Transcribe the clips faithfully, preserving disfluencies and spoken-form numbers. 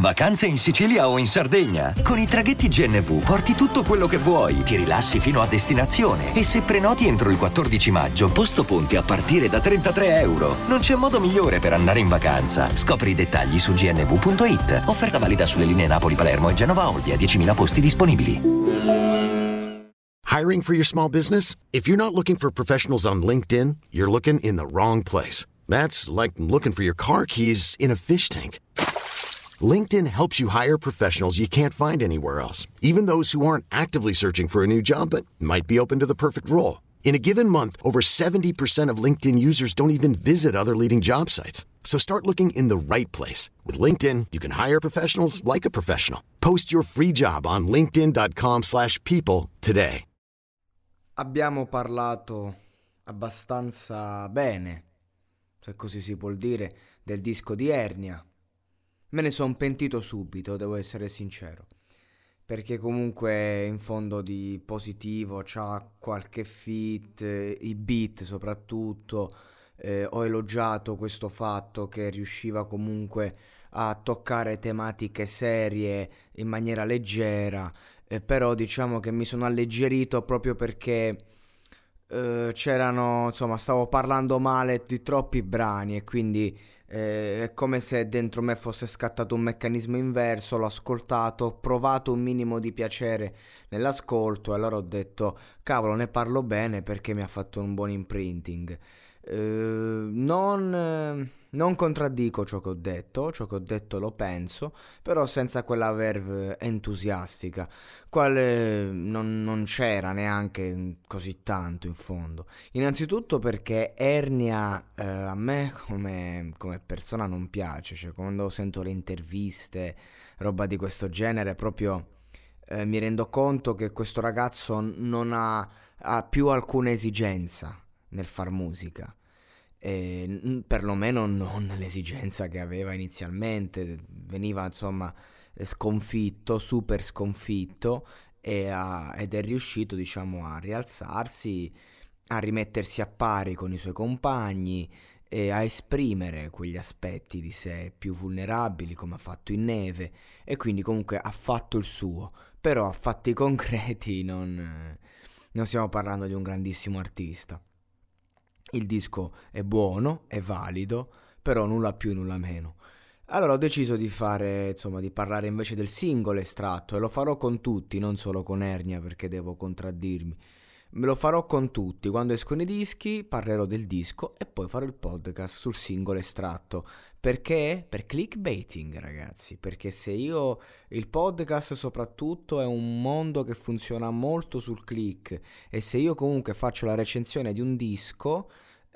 Vacanze in Sicilia o in Sardegna? Con i traghetti G N V porti tutto quello che vuoi, ti rilassi fino a destinazione e se prenoti entro il quattordici maggio, posto ponti a partire da trentatré euro. Non c'è modo migliore per andare in vacanza. Scopri i dettagli su g n v punto i t. Offerta valida sulle linee Napoli-Palermo e Genova-Olbia, diecimila posti disponibili. Hiring for your small business? If you're not looking for professionals on LinkedIn, you're looking in the wrong place. That's like looking for your car keys in a fish tank. LinkedIn helps you hire professionals you can't find anywhere else, even those who aren't actively searching for a new job but might be open to the perfect role. In a given month, over seventy percent of LinkedIn users don't even visit other leading job sites. So start looking in the right place. With LinkedIn, you can hire professionals like a professional. Post your free job on linkedin dot com slash people today. Abbiamo parlato abbastanza bene, se così si può dire, del disco di Ernia. Me ne son pentito subito, devo essere sincero, perché comunque in fondo di positivo c'ha qualche feat, eh, i beat soprattutto, eh, ho elogiato questo fatto che riusciva comunque a toccare tematiche serie in maniera leggera, eh, però diciamo che mi sono alleggerito proprio perché eh, c'erano, insomma, stavo parlando male di troppi brani e quindi eh, è come se dentro me fosse scattato un meccanismo inverso. L'ho ascoltato, ho provato un minimo di piacere nell'ascolto e allora ho detto cavolo, ne parlo bene perché mi ha fatto un buon imprinting. Eh, non, eh, non contraddico ciò che ho detto, ciò che ho detto lo penso, però senza quella verve entusiastica, quale non, non c'era neanche così tanto in fondo. Innanzitutto perché Ernia eh, a me come, come persona non piace, cioè quando sento le interviste, roba di questo genere, proprio eh, mi rendo conto che questo ragazzo non ha, ha più alcuna esigenza nel far musica, e n- perlomeno non l'esigenza che aveva inizialmente. Veniva insomma eh, sconfitto, super sconfitto, e ha- ed è riuscito diciamo a rialzarsi, a rimettersi a pari con i suoi compagni e a esprimere quegli aspetti di sé più vulnerabili come ha fatto in Neve, e quindi comunque ha fatto il suo, però a fatti concreti non, eh, non stiamo parlando di un grandissimo artista. Il disco è buono, è valido, però nulla più e nulla meno. Allora ho deciso di fare, insomma, di parlare invece del singolo estratto, e lo farò con tutti, non solo con Ernia perché devo contraddirmi. Me lo farò con tutti, quando escono i dischi parlerò del disco e poi farò il podcast sul singolo estratto. Perché? Per clickbaiting, ragazzi, perché se io, il podcast soprattutto è un mondo che funziona molto sul click, e se io comunque faccio la recensione di un disco,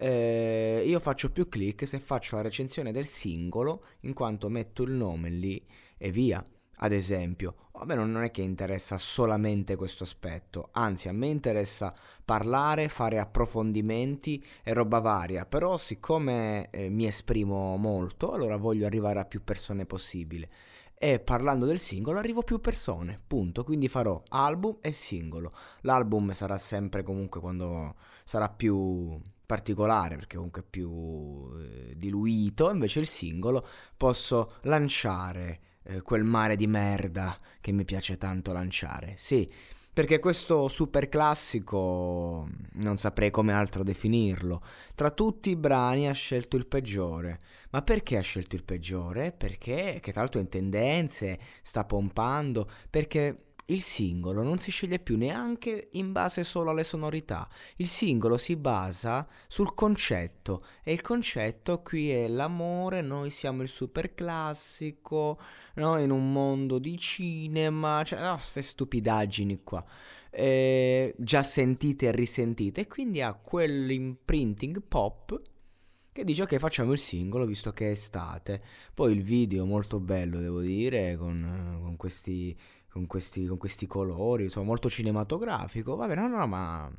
eh, io faccio più click se faccio la recensione del singolo, in quanto metto il nome lì e via. Ad esempio, a me non è che interessa solamente questo aspetto, anzi a me interessa parlare, fare approfondimenti e roba varia, però siccome eh, mi esprimo molto, allora voglio arrivare a più persone possibile, e parlando del singolo arrivo a più persone, punto. Quindi farò album e singolo. L'album sarà sempre comunque quando sarà più particolare, perché comunque è più eh, diluito, invece il singolo posso lanciare eh, quel mare di merda che mi piace tanto lanciare, sì, perché questo super classico non saprei come altro definirlo. Tra tutti i brani ha scelto il peggiore. Ma perché ha scelto il peggiore? Perché, che tra l'altro è in tendenze, sta pompando, perché il singolo non si sceglie più neanche in base solo alle sonorità. Il singolo si basa sul concetto, e il concetto qui è l'amore. Noi siamo il super classico, no? In un mondo di cinema, cioè, no, queste stupidaggini qua, eh, già sentite e risentite, e quindi ha quell'imprinting pop che dice ok, facciamo il singolo visto che è estate. Poi il video molto bello, devo dire, con, con questi con questi, con questi colori, insomma molto cinematografico. Vabbè, no, no, ma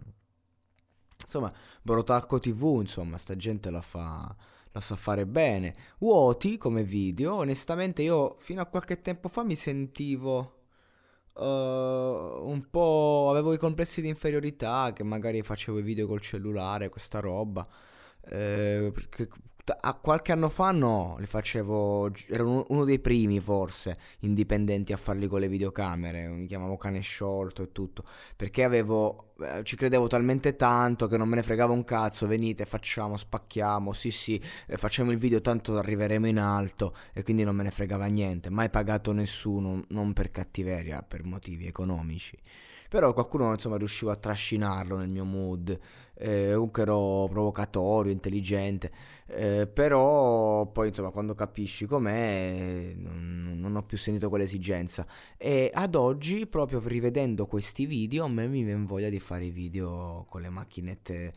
insomma Borotalco T V, insomma sta gente la fa, la sa fare bene. Vuoti come video, onestamente io fino a qualche tempo fa mi sentivo uh, un po', avevo i complessi di inferiorità, che magari facevo i video col cellulare, questa roba, eh, perché A qualche anno fa no, li facevo, ero uno uno dei primi forse indipendenti a farli con le videocamere, mi chiamavo Cane Sciolto e tutto, perché avevo, eh, ci credevo talmente tanto che non me ne fregava un cazzo, venite, facciamo, spacchiamo, sì sì, eh, facciamo il video, tanto arriveremo in alto, e quindi non me ne fregava niente, mai pagato nessuno, non per cattiveria, per motivi economici. Però qualcuno insomma riusciva a trascinarlo nel mio mood, eh, comunque ero provocatorio, intelligente, eh, però poi insomma quando capisci com'è non, non ho più sentito quell'esigenza, e ad oggi proprio rivedendo questi video a me mi viene voglia di fare i video con le macchinette,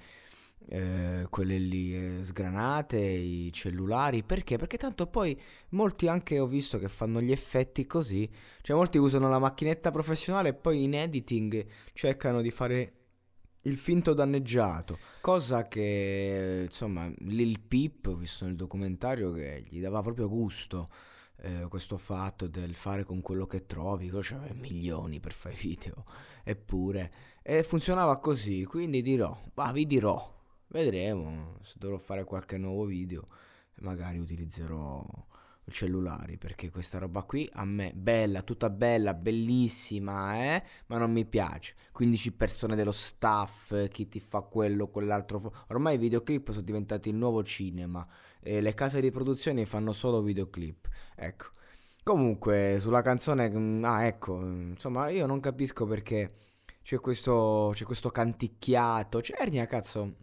eh, quelle lì eh, sgranate, i cellulari, perché? Perché tanto poi molti anche ho visto che fanno gli effetti così, cioè molti usano la macchinetta professionale e poi in editing cercano di fare il finto danneggiato, cosa che insomma Lil Peep, ho visto nel documentario, che gli dava proprio gusto, eh, questo fatto del fare con quello che trovi, c'aveva milioni per fare video, eppure, e funzionava così, quindi dirò, ma vi dirò, vedremo se dovrò fare qualche nuovo video, magari utilizzerò cellulari, perché questa roba qui a me bella, tutta bella, bellissima, eh, ma non mi piace. quindici persone dello staff, chi ti fa quello, quell'altro, fo- ormai i videoclip sono diventati il nuovo cinema, e le case di produzione fanno solo videoclip, ecco. Comunque sulla canzone, mm, ah ecco, mm, insomma io non capisco perché c'è questo, c'è questo canticchiato, cioè Ernia cazzo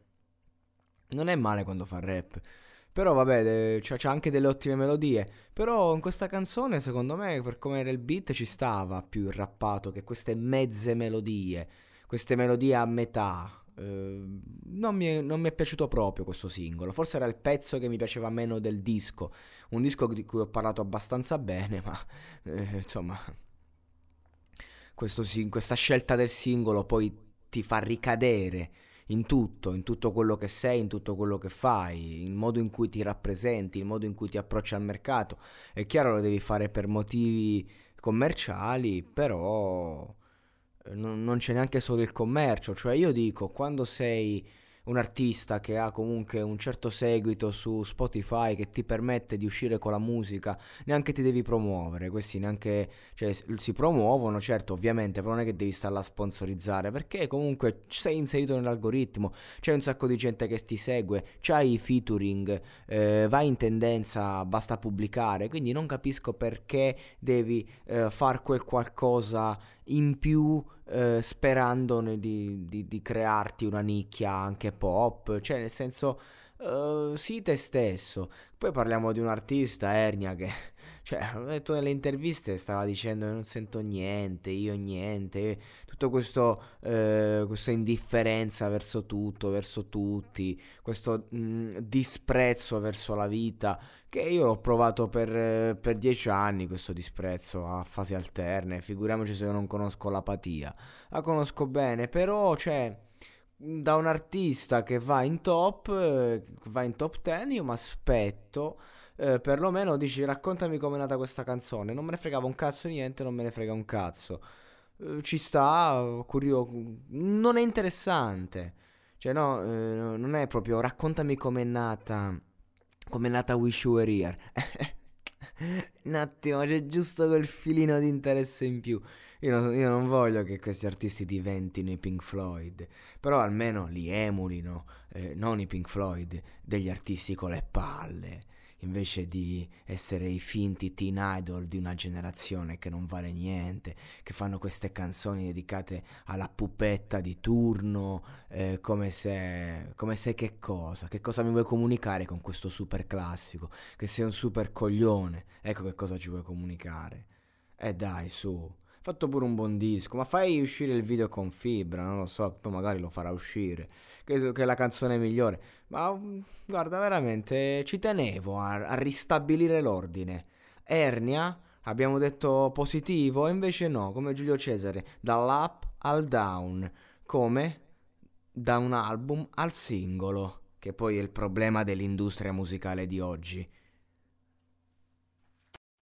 non è male quando fa rap. Però vabbè, de- c'ha, c'ha anche delle ottime melodie. Però in questa canzone, secondo me, per come era il beat, ci stava più il rappato che queste mezze melodie. Queste melodie a metà. Eh, non mi è, non mi è piaciuto proprio questo singolo. Forse era il pezzo che mi piaceva meno del disco. Un disco di cui ho parlato abbastanza bene, ma eh, insomma, questo sing- questa scelta del singolo poi ti fa ricadere in tutto, in tutto quello che sei, in tutto quello che fai, il modo in cui ti rappresenti, il modo in cui ti approcci al mercato. È chiaro lo devi fare per motivi commerciali, però eh, non, non c'è neanche solo il commercio, cioè io dico, quando sei un artista che ha comunque un certo seguito su Spotify che ti permette di uscire con la musica, neanche ti devi promuovere, questi neanche, cioè s- si promuovono, certo, ovviamente, però non è che devi starla a sponsorizzare, perché comunque sei inserito nell'algoritmo, c'è un sacco di gente che ti segue, c'hai i featuring, eh, vai in tendenza, basta pubblicare, quindi non capisco perché devi eh, far quel qualcosa in più, eh, sperando ne- di, di- di crearti una nicchia anche pop, cioè nel senso, eh, sii te stesso. Poi parliamo di un artista, Ernia, che cioè, ho detto nelle interviste, stava dicendo non sento niente, io niente, tutto questo, eh, questa indifferenza verso tutto, verso tutti, questo mh, disprezzo verso la vita, che io l'ho provato per, eh, per dieci anni, questo disprezzo a fasi alterne, figuriamoci se io non conosco l'apatia. La conosco bene, però, cioè, da un artista che va in top, eh, va in top dieci, io mi aspetto, eh, perlomeno dici raccontami com'è nata questa canzone, non me ne fregava un cazzo niente, non me ne frega un cazzo. Eh, ci sta, curio, non è interessante, cioè no, eh, non è proprio raccontami com'è nata, com'è nata Wish You Were Here. Un attimo, c'è giusto quel filino di interesse in più. Io non, io non voglio che questi artisti diventino i Pink Floyd, però almeno li emulino, eh, non i Pink Floyd, degli artisti con le palle, invece di essere i finti teen idol di una generazione che non vale niente, che fanno queste canzoni dedicate alla pupetta di turno, eh, come se, come se che cosa, che cosa mi vuoi comunicare con questo super classico, che sei un super coglione, ecco che cosa ci vuoi comunicare. Eh dai, su. Fatto pure un buon disco, ma fai uscire il video con Fibra, non lo so, poi magari lo farà uscire, che, che è la canzone migliore. Ma mm, guarda, veramente ci tenevo a, a ristabilire l'ordine. Ernia, abbiamo detto positivo, e invece no, come Giulio Cesare, dall'up al down, come da un album al singolo, che poi è il problema dell'industria musicale di oggi.